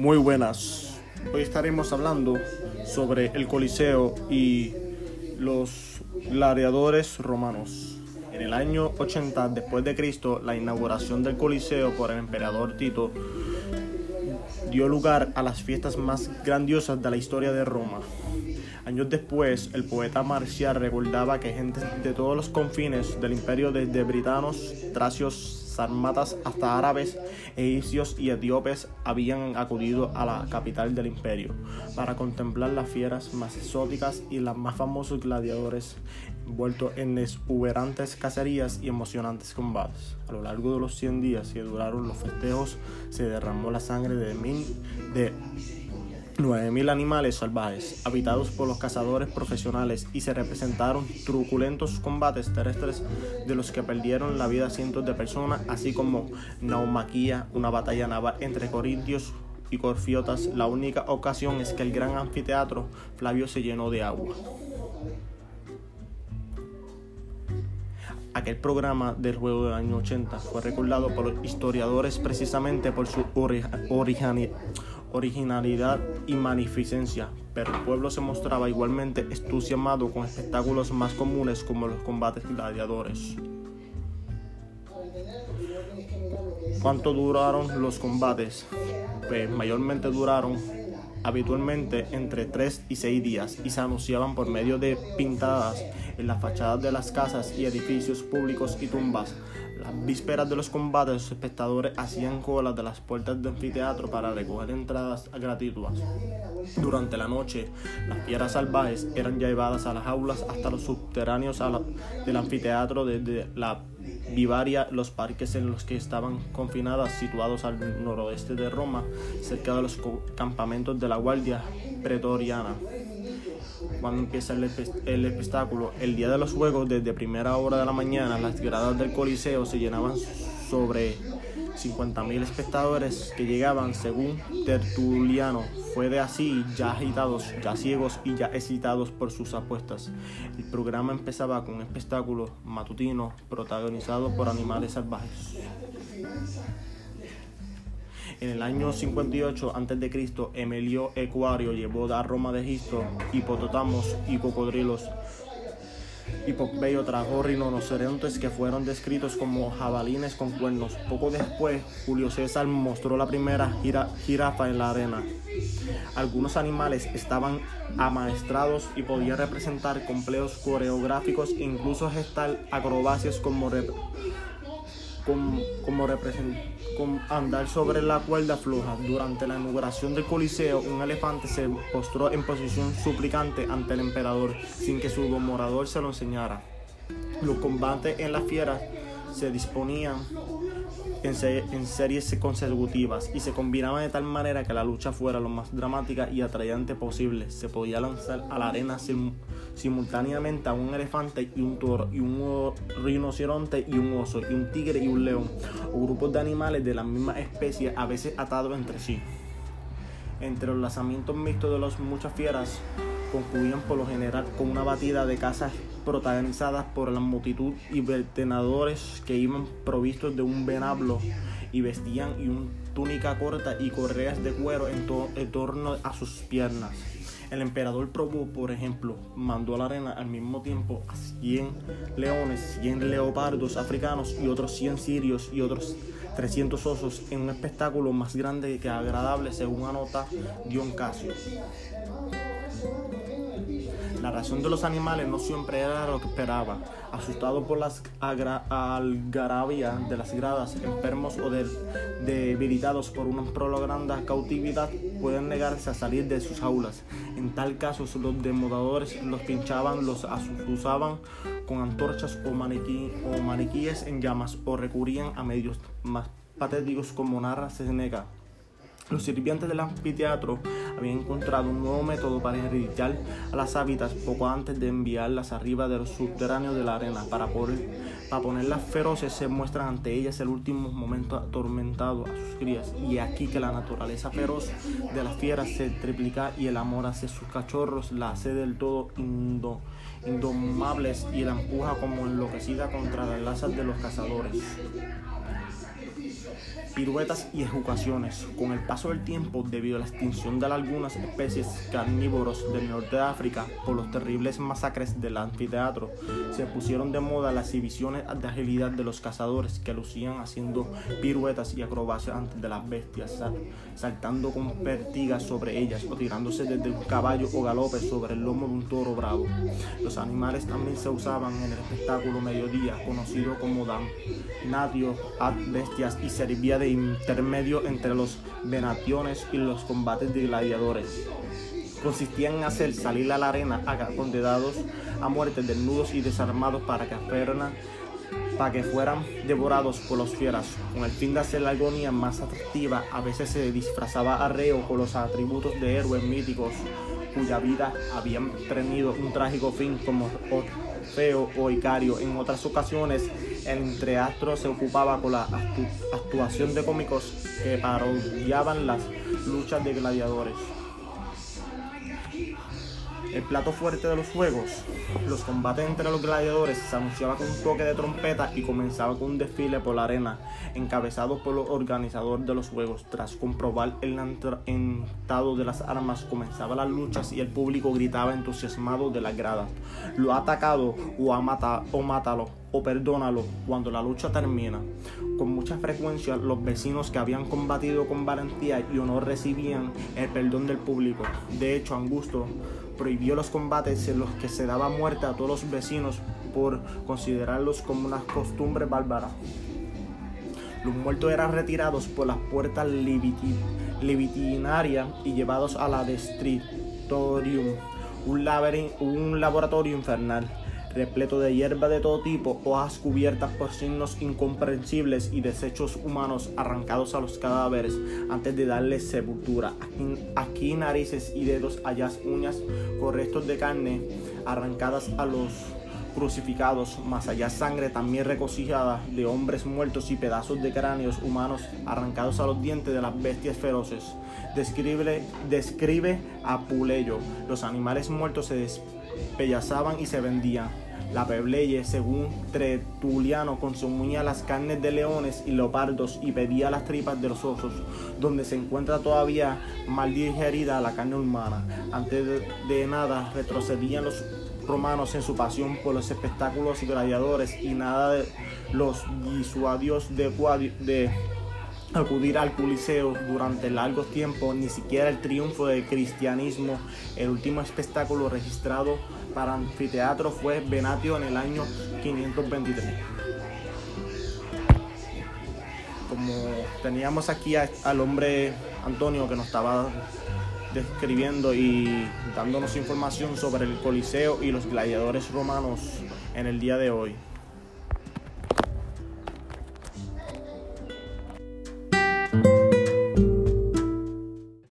Muy buenas. Hoy estaremos hablando sobre el Coliseo y los gladiadores romanos. En el año 80 después de Cristo, la inauguración del Coliseo por el emperador Tito dio lugar a las fiestas más grandiosas de la historia de Roma. Años después, el poeta Marcial recordaba que gente de todos los confines del imperio, desde britanos, tracios, sármatas hasta árabes, egipcios y etíopes, habían acudido a la capital del imperio para contemplar las fieras más exóticas y los más famosos gladiadores envueltos en exuberantes cacerías y emocionantes combates. A lo largo de los 100 días que duraron los festejos, se derramó la sangre de 9.000 animales salvajes, habitados por los cazadores profesionales, y se representaron truculentos combates terrestres de los que perdieron la vida cientos de personas, así como Naumaquia, una batalla naval entre corintios y corfiotas. La única ocasión es que el gran anfiteatro Flavio se llenó de agua. Aquel programa del juego del año 80 fue recordado por los historiadores precisamente por su originalidad y magnificencia, pero el pueblo se mostraba igualmente entusiasmado con espectáculos más comunes como los combates gladiadores. ¿Cuánto duraron los combates? Pues mayormente duraron habitualmente entre 3 y 6 días y se anunciaban por medio de pintadas en las fachadas de las casas y edificios públicos y tumbas. Las vísperas de los combates, los espectadores hacían colas de las puertas del anfiteatro para recoger entradas gratuitas. Durante la noche, las fieras salvajes eran llevadas a las aulas hasta los subterráneos del anfiteatro, desde la vivaria, los parques en los que estaban confinadas, situados al noroeste de Roma, cerca de los campamentos de la Guardia Pretoriana. Cuando empieza el espectáculo, el día de los juegos, desde primera hora de la mañana, las gradas del Coliseo se llenaban sobre 50.000 espectadores que llegaban, según Tertuliano, fue de así, ya agitados, ya ciegos y ya excitados por sus apuestas. El programa empezaba con un espectáculo matutino protagonizado por animales salvajes. En el año 58 a.C., Emilio Ecuario llevó a Roma de Egipto hipopótamos y cocodrilos. Pompeyo trajo rinocerontes que fueron descritos como jabalines con cuernos. Poco después, Julio César mostró la primera jirafa en la arena. Algunos animales estaban amaestrados y podían representar complejos coreográficos e incluso gestar acrobacias como andar sobre la cuerda floja. Durante la inauguración del Coliseo, un elefante se postró en posición suplicante ante el emperador sin que su domador se lo enseñara. Los combates en las fieras se disponían en series consecutivas y se combinaban de tal manera que la lucha fuera lo más dramática y atrayente posible. Se podía lanzar a la arena simultáneamente a un elefante y un toro, y un rinoceronte y un oso, y un tigre y un león, o grupos de animales de la misma especie, a veces atados entre sí. Entre los lanzamientos mixtos de las muchas fieras concluían por lo general con una batida de cazas protagonizadas por la multitud y venadores que iban provistos de un venablo y vestían una túnica corta y correas de cuero en torno a sus piernas. El emperador Probó, por ejemplo, mandó a la arena al mismo tiempo a 100 leones, 100 leopardos africanos y otros 100 sirios y otros 300 osos, en un espectáculo más grande que agradable, según anota Dion Casio. La reacción de los animales no siempre era lo que esperaba. Asustados por las algarabía de las gradas, enfermos o debilitados por una prolongada cautividad, pueden negarse a salir de sus jaulas. En tal caso, los demoledores los pinchaban, los asusaban con antorchas o maniquíes en llamas, o recurrían a medios más patéticos como narra Seneca. Los sirvientes del anfiteatro habían encontrado un nuevo método para irritar a las hábitats poco antes de enviarlas arriba de los subterráneos de la arena. Para ponerlas feroces, se muestran ante ellas el último momento atormentado a sus crías. Y aquí que la naturaleza feroz de las fieras se triplica y el amor hacia sus cachorros la hace del todo indomables y la empuja como enloquecida contra las lanzas de los cazadores. piruetas y ejecuciones. Con el paso del tiempo, debido a la extinción de algunas especies carnívoros del norte de África por los terribles masacres del anfiteatro, se pusieron de moda las exhibiciones de agilidad de los cazadores que lucían haciendo piruetas y acrobacias ante de las bestias, saltando con pertigas sobre ellas o tirándose desde un caballo o galope sobre el lomo de un toro bravo. Los animales también se usaban en el espectáculo mediodía, conocido como damnatio ad bestias, y servía de intermedio entre los venaciones y los combates de gladiadores. Consistía en hacer salir a la arena a condenados a muerte desnudos y desarmados para que fueran devorados por los fieras. Con el fin de hacer la agonía más atractiva, a veces se disfrazaba a reo con los atributos de héroes míticos cuya vida habían tenido un trágico fin, como Orfeo o Icario. En otras ocasiones, el teatro se ocupaba con la actuación de cómicos que parodiaban las luchas de gladiadores. El plato fuerte de los juegos. Los combates entre los gladiadores se anunciaba con un toque de trompeta y comenzaba con un desfile por la arena, encabezado por los organizadores de los juegos. Tras comprobar el estado de las armas, comenzaban las luchas y el público gritaba entusiasmado de las gradas: "Lo ha atacado", o "mátalo", o "perdónalo", cuando la lucha termina. Con mucha frecuencia, los vecinos que habían combatido con valentía y honor recibían el perdón del público. De hecho, Augusto prohibió los combates en los que se daba muerte a todos los vecinos por considerarlos como una costumbre bárbara. Los muertos eran retirados por las puertas libitinarias y llevados a la destritorium, un laboratorio infernal repleto de hierba de todo tipo, hojas cubiertas por signos incomprensibles y desechos humanos arrancados a los cadáveres antes de darles sepultura. Aquí narices y dedos, allá uñas con restos de carne arrancadas a los crucificados, más allá sangre también recocijada de hombres muertos y pedazos de cráneos humanos arrancados a los dientes de las bestias feroces. Describe Apuleyo. Los animales muertos se despedazaban y se vendían. La Plebeya, según Tertuliano, consumía las carnes de leones y leopardos y pedía las tripas de los osos, donde se encuentra todavía mal digerida la carne humana. Antes de nada, retrocedían los romanos en su pasión por los espectáculos gladiadores, y nada de los disuadios de acudir al Coliseo durante largos tiempos, ni siquiera el triunfo del cristianismo. El último espectáculo registrado para anfiteatro fue Venatio en el año 523. Como teníamos aquí al hombre Antonio que nos estaba describiendo y dándonos información sobre el Coliseo y los gladiadores romanos en el día de hoy.